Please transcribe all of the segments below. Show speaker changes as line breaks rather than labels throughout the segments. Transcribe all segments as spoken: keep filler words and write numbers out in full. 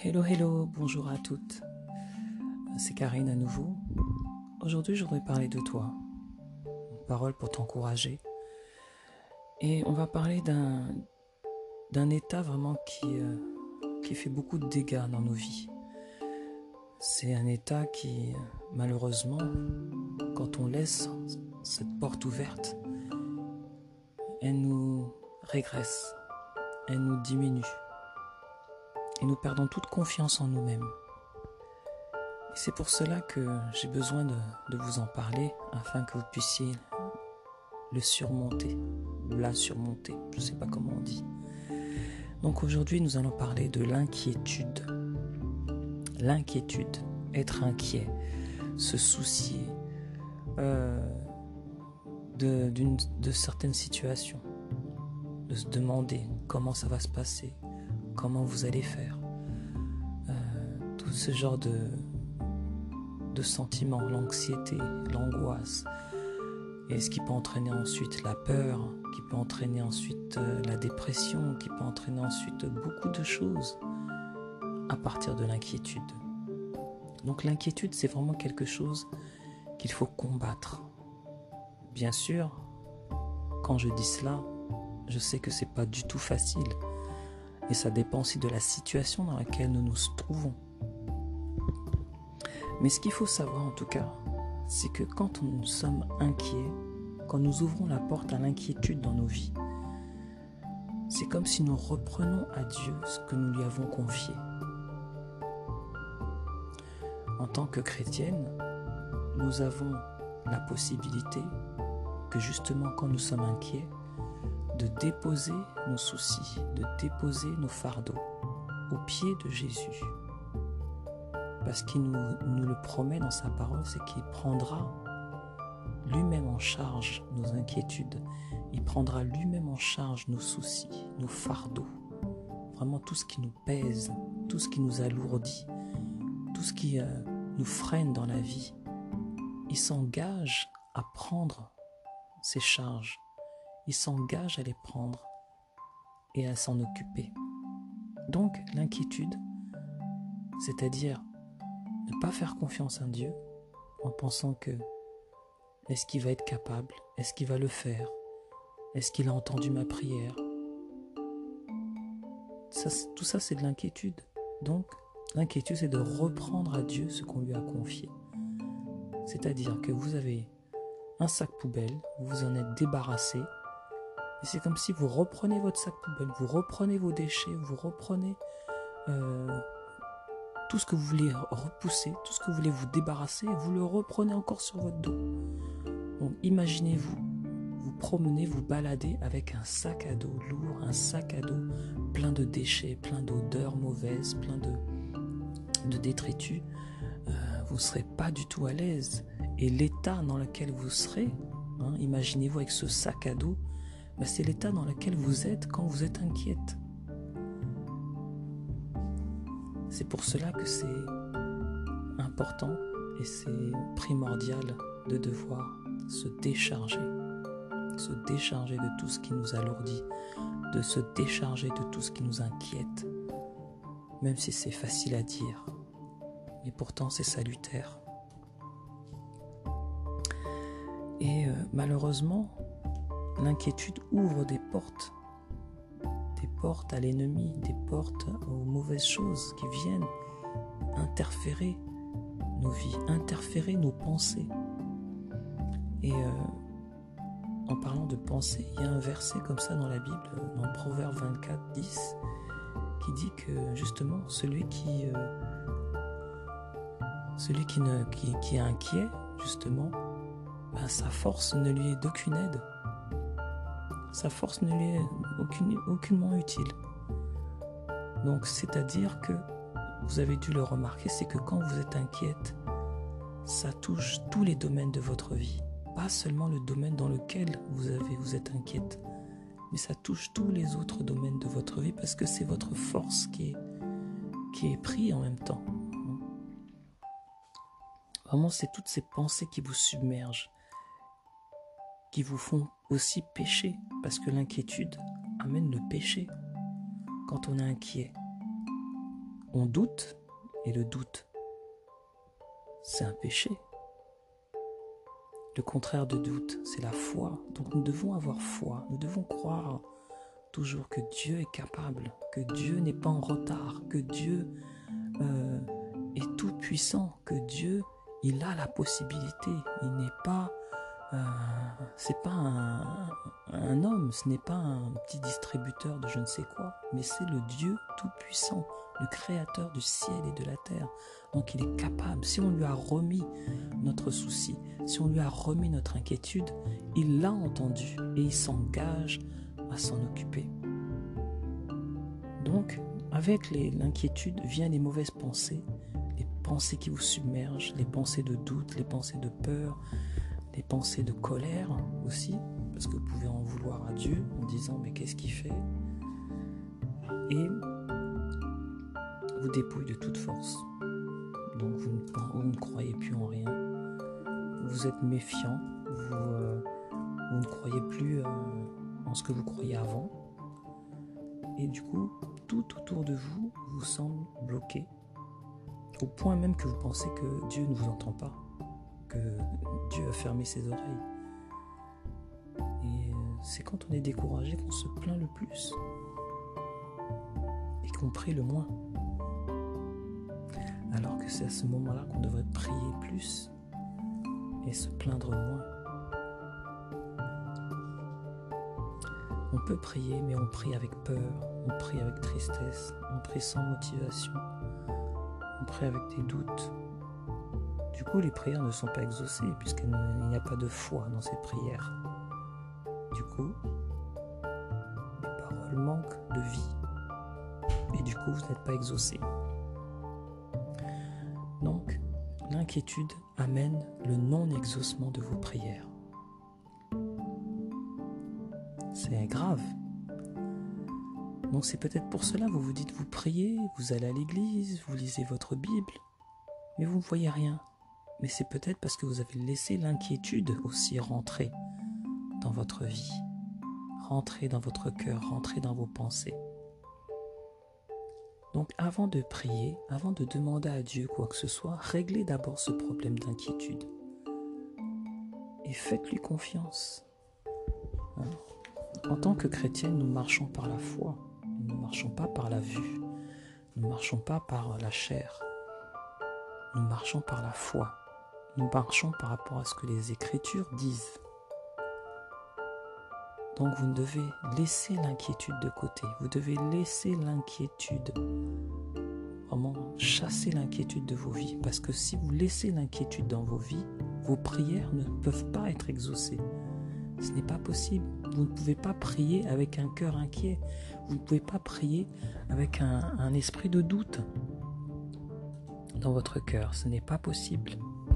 Hello, hello, bonjour à toutes. C'est Karine à nouveau. Aujourd'hui, je voudrais parler de toi. Une parole pour t'encourager. Et on va parler d'un, d'un état vraiment qui, euh, qui fait beaucoup de dégâts dans nos vies. C'est un état qui, malheureusement, quand on laisse cette porte ouverte, elle nous régresse, elle nous diminue. Et nous perdons toute confiance en nous-mêmes. Et c'est pour cela que j'ai besoin de, de vous en parler, afin que vous puissiez le surmonter, ou la surmonter, je ne sais pas comment on dit. Donc aujourd'hui, nous allons parler de l'inquiétude. L'inquiétude, être inquiet, se soucier euh, de, d'une, de certaines situations, de se demander comment ça va se passer, comment vous allez faire, euh, tout ce genre de, de sentiments, l'anxiété, l'angoisse, et ce qui peut entraîner ensuite la peur, qui peut entraîner ensuite euh, la dépression, qui peut entraîner ensuite beaucoup de choses à partir de l'inquiétude. Donc l'inquiétude, c'est vraiment quelque chose qu'il faut combattre. Bien sûr, quand je dis cela, je sais que c'est pas du tout facile. Et ça dépend aussi de la situation dans laquelle nous nous trouvons. Mais ce qu'il faut savoir en tout cas, c'est que quand nous sommes inquiets, quand nous ouvrons la porte à l'inquiétude dans nos vies, c'est comme si nous reprenons à Dieu ce que nous lui avons confié. En tant que chrétienne, nous avons la possibilité que justement quand nous sommes inquiets, de déposer nos soucis, de déposer nos fardeaux aux pieds de Jésus. Parce qu'il nous, nous le promet dans sa parole, c'est qu'il prendra lui-même en charge nos inquiétudes. Il prendra lui-même en charge nos soucis, nos fardeaux. Vraiment tout ce qui nous pèse, tout ce qui nous alourdit, tout ce qui euh, nous freine dans la vie. Il s'engage à prendre ces charges. Il s'engage à les prendre et à s'en occuper. Donc l'inquiétude, c'est-à-dire ne pas faire confiance en Dieu en pensant que est-ce qu'il va être capable, est-ce qu'il va le faire, est-ce qu'il a entendu ma prière. Ça, tout ça c'est de l'inquiétude. Donc l'inquiétude c'est de reprendre à Dieu ce qu'on lui a confié. C'est-à-dire que vous avez un sac poubelle, vous vous en êtes débarrassé. Et c'est comme si vous reprenez votre sac poubelle, vous reprenez vos déchets, vous reprenez euh, tout ce que vous voulez repousser, tout ce que vous voulez vous débarrasser, et vous le reprenez encore sur votre dos. Donc imaginez-vous, vous promenez, vous baladez avec un sac à dos lourd, un sac à dos plein de déchets, plein d'odeurs mauvaises, plein de, de détritus. Euh, vous ne serez pas du tout à l'aise. Et l'état dans lequel vous serez, hein, imaginez-vous avec ce sac à dos, ben c'est l'état dans lequel vous êtes quand vous êtes inquiète. C'est pour cela que c'est important et c'est primordial de devoir se décharger, se décharger de tout ce qui nous alourdit, de se décharger de tout ce qui nous inquiète, même si c'est facile à dire, et pourtant c'est salutaire. Et euh, malheureusement, l'inquiétude ouvre des portes, des portes à l'ennemi, des portes aux mauvaises choses qui viennent interférer nos vies, interférer nos pensées. Et euh, en parlant de pensée, il y a un verset comme ça dans la Bible, dans Proverbe vingt-quatre, dix, qui dit que justement celui qui, euh, celui qui, ne, qui, qui est inquiet, justement, ben, sa force ne lui est d'aucune aide. Sa force ne lui est aucune, aucunement utile. Donc, c'est-à-dire que, vous avez dû le remarquer, c'est que quand vous êtes inquiète, ça touche tous les domaines de votre vie. Pas seulement le domaine dans lequel vous, avez, vous êtes inquiète, mais ça touche tous les autres domaines de votre vie parce que c'est votre force qui est, qui est prise en même temps. Vraiment, c'est toutes ces pensées qui vous submergent, qui vous font aussi pécher, parce que l'inquiétude amène le péché quand on est inquiet. on doute, et le doute, c'est un péché. Le contraire de doute, c'est la foi. Donc nous devons avoir foi, nous devons croire toujours que Dieu est capable, que Dieu n'est pas en retard, que Dieu euh, est tout puissant, que Dieu, il a la possibilité, il n'est pas, euh, c'est pas un, un homme, ce n'est pas un petit distributeur de je ne sais quoi, mais c'est le Dieu tout puissant, le créateur du ciel et de la terre. Donc il est capable, si on lui a remis notre souci, si on lui a remis notre inquiétude, il l'a entendu et il s'engage à s'en occuper. Donc, avec les, l'inquiétude viennent les mauvaises pensées, les pensées qui vous submergent, les pensées de doute, les pensées de peur, les pensées de colère aussi, parce que vous pouvez en vouloir à Dieu en disant mais qu'est-ce qu'il fait? Et vous dépouille de toute force. Donc vous ne, vous ne croyez plus en rien, vous êtes méfiant, vous, euh, vous ne croyez plus euh, en ce que vous croyiez avant, et du coup tout autour de vous vous semble bloqué, au point même que vous pensez que Dieu ne vous entend pas, que Dieu a fermé ses oreilles. Et c'est quand on est découragé qu'on se plaint le plus et qu'on prie le moins. Alors que c'est à ce moment-là qu'on devrait prier plus et se plaindre moins. On peut prier, mais on prie avec peur, on prie avec tristesse, on prie sans motivation, on prie avec des doutes. Du coup, les prières ne sont pas exaucées puisqu'il n'y a pas de foi dans ces prières. Du coup, les paroles manquent de vie et du coup, vous n'êtes pas exaucés. Donc, l'inquiétude amène le non-exaucement de vos prières. C'est grave. Donc c'est peut-être pour cela, vous vous dites, vous priez, vous allez à l'église, vous lisez votre Bible, mais vous ne voyez rien. Mais c'est peut-être parce que vous avez laissé l'inquiétude aussi rentrer dans votre vie, rentrer dans votre cœur, rentrer dans vos pensées. Donc avant de prier, avant de demander à Dieu quoi que ce soit, réglez d'abord ce problème d'inquiétude. Et faites-lui confiance. Hein? En tant que chrétiens, nous marchons par la foi. Nous ne marchons pas par la vue. Nous ne marchons pas par la chair. Nous marchons par la foi. Nous marchons par rapport à ce que les Écritures disent. Donc vous devez laisser l'inquiétude de côté. Vous devez laisser l'inquiétude. Vraiment chasser l'inquiétude de vos vies. Parce que si vous laissez l'inquiétude dans vos vies, vos prières ne peuvent pas être exaucées. Ce n'est pas possible. Vous ne pouvez pas prier avec un cœur inquiet. Vous ne pouvez pas prier avec un, un esprit de doute dans votre cœur. Ce n'est pas possible.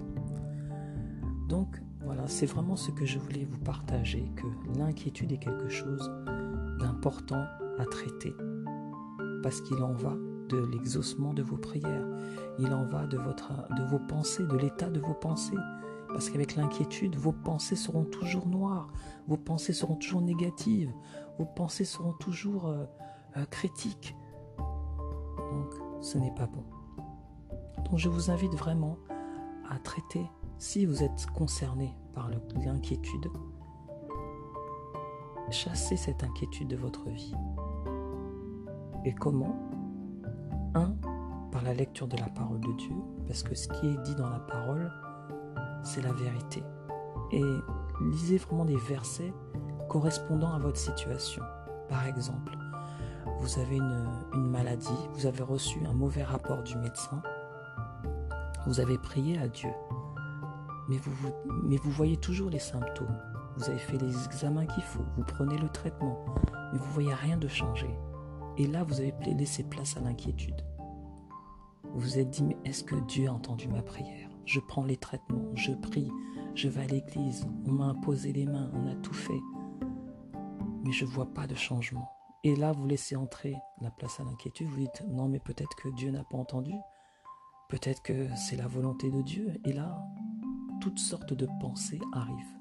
Donc, voilà, c'est vraiment ce que je voulais vous partager, que l'inquiétude est quelque chose d'important à traiter. Parce qu'il en va de l'exaucement de vos prières. Il en va de, votre, de vos pensées, de l'état de vos pensées. Parce qu'avec l'inquiétude, vos pensées seront toujours noires, vos pensées seront toujours négatives, vos pensées seront toujours euh, euh, critiques. Donc, ce n'est pas bon. Donc, je vous invite vraiment à traiter, si vous êtes concerné par le, l'inquiétude, chassez cette inquiétude de votre vie. Et comment ? Un, par la lecture de la parole de Dieu, parce que ce qui est dit dans la parole, c'est la vérité. Et lisez vraiment des versets correspondant à votre situation. Par exemple, vous avez une, une maladie, vous avez reçu un mauvais rapport du médecin, vous avez prié à Dieu, mais vous, vous, mais vous voyez toujours les symptômes. Vous avez fait les examens qu'il faut, vous prenez le traitement, mais vous ne voyez rien de changer. Et là, vous avez laissé place à l'inquiétude. Vous vous êtes dit, mais est-ce que Dieu a entendu ma prière ? Je prends les traitements, je prie, je vais à l'église, on m'a imposé les mains, on a tout fait. Mais je ne vois pas de changement. Et là, vous laissez entrer la place à l'inquiétude, vous dites, non mais peut-être que Dieu n'a pas entendu, peut-être que c'est la volonté de Dieu. Et là, toutes sortes de pensées arrivent.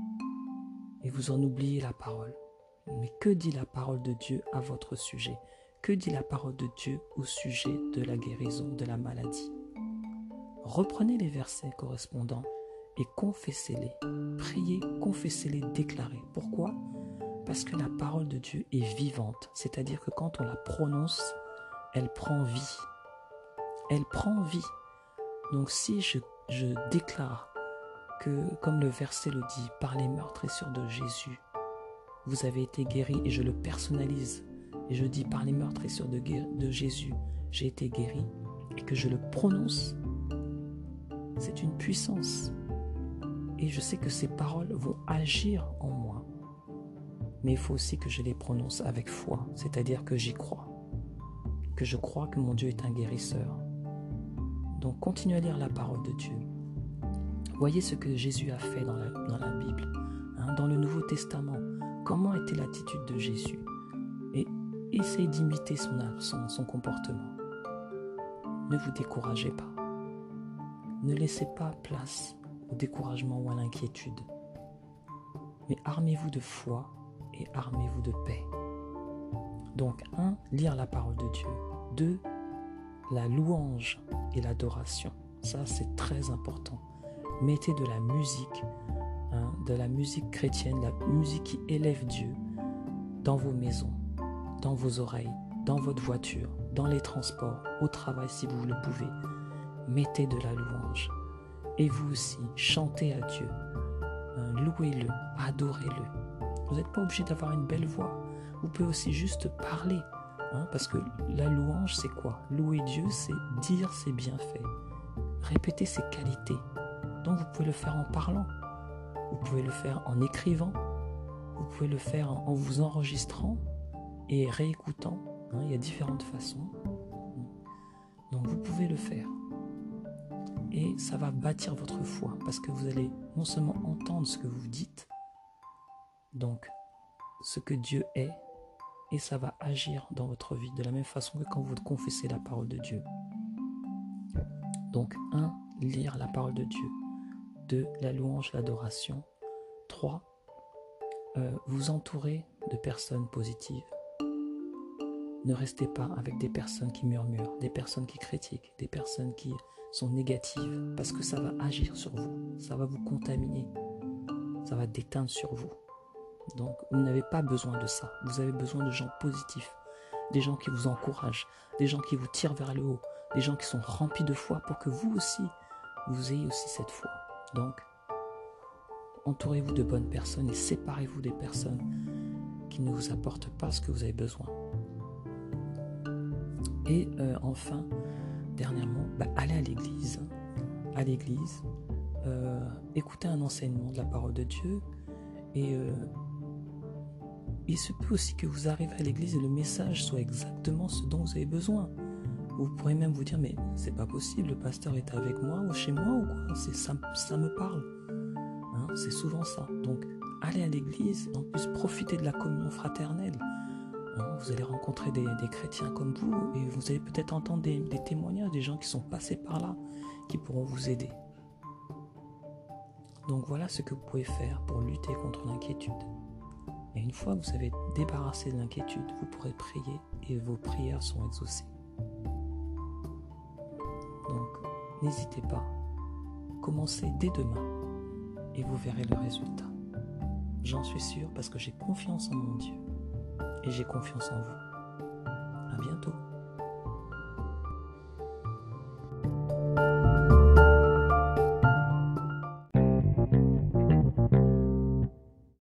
Et vous en oubliez la parole. Mais que dit la parole de Dieu à votre sujet ? Que dit la parole de Dieu au sujet de la guérison de la maladie? Reprenez les versets correspondants et confessez-les. Priez, confessez-les, déclarez. Pourquoi? Parce que la parole de Dieu est vivante. C'est-à-dire que quand on la prononce, elle prend vie. Elle prend vie. Donc si je, je déclare que, comme le verset le dit, par les meurtrissures de Jésus, vous avez été guéri, et je le personnalise, et je dis par les meurtrissures de, de Jésus, j'ai été guéri, et que je le prononce, c'est une puissance. Et je sais que ces paroles vont agir en moi. Mais il faut aussi que je les prononce avec foi, c'est-à-dire que j'y crois. Que je crois que mon Dieu est un guérisseur. Donc continuez à lire la parole de Dieu. Voyez ce que Jésus a fait dans la, dans la Bible, hein, dans le Nouveau Testament. Comment était l'attitude de Jésus? Et essayez d'imiter son, son, son comportement. Ne vous découragez pas. Ne laissez pas place au découragement ou à l'inquiétude. Mais armez-vous de foi et armez-vous de paix. Donc, un, lire la parole de Dieu. Deux, la louange et l'adoration. Ça, c'est très important. Mettez de la musique, hein, de la musique chrétienne, la musique qui élève Dieu dans vos maisons, dans vos oreilles, dans votre voiture, dans les transports, au travail si vous le pouvez. Mettez de la louange. Et vous aussi, chantez à Dieu. Hein, louez-le, adorez-le. Vous n'êtes pas obligé d'avoir une belle voix. Vous pouvez aussi juste parler. Hein, parce que la louange, c'est quoi? Louer Dieu, c'est dire ses bienfaits. Répéter ses qualités. Donc vous pouvez le faire en parlant. Vous pouvez le faire en écrivant. Vous pouvez le faire en vous enregistrant et réécoutant. Hein, il y a différentes façons. Donc vous pouvez le faire. Et ça va bâtir votre foi parce que vous allez non seulement entendre ce que vous dites, donc ce que Dieu est, et ça va agir dans votre vie de la même façon que quand vous confessez la parole de Dieu. Donc, un, lire la parole de Dieu. Deux, la louange, l'adoration. Trois, euh, vous entourer de personnes positives. Ne restez pas avec des personnes qui murmurent, des personnes qui critiquent, des personnes qui sont négatives, parce que ça va agir sur vous, ça va vous contaminer, ça va déteindre sur vous. Donc, vous n'avez pas besoin de ça. Vous avez besoin de gens positifs, des gens qui vous encouragent, des gens qui vous tirent vers le haut, des gens qui sont remplis de foi pour que vous aussi, vous ayez aussi cette foi. Donc, entourez-vous de bonnes personnes et séparez-vous des personnes qui ne vous apportent pas ce que vous avez besoin. Et euh, enfin, dernièrement, bah, allez à l'église. À l'église, euh, écoutez un enseignement de la parole de Dieu et euh, il se peut aussi que vous arrivez à l'église et le message soit exactement ce dont vous avez besoin. Vous pourrez même vous dire, mais c'est pas possible, le pasteur est avec moi ou chez moi ou quoi, c'est, ça, ça me parle. Hein, c'est souvent ça. Donc, allez à l'église, en plus profitez de la communion fraternelle. Hein, vous allez rencontrer des, des chrétiens comme vous et vous allez peut-être entendre des, des témoignages, des gens qui sont passés par là, qui pourront vous aider. Donc voilà ce que vous pouvez faire pour lutter contre l'inquiétude. Et une fois que vous avez débarrassé de l'inquiétude, vous pourrez prier et vos prières sont exaucées. Donc, n'hésitez pas. Commencez dès demain et vous verrez le résultat. J'en suis sûr parce que j'ai confiance en mon Dieu et j'ai confiance en vous. À bientôt.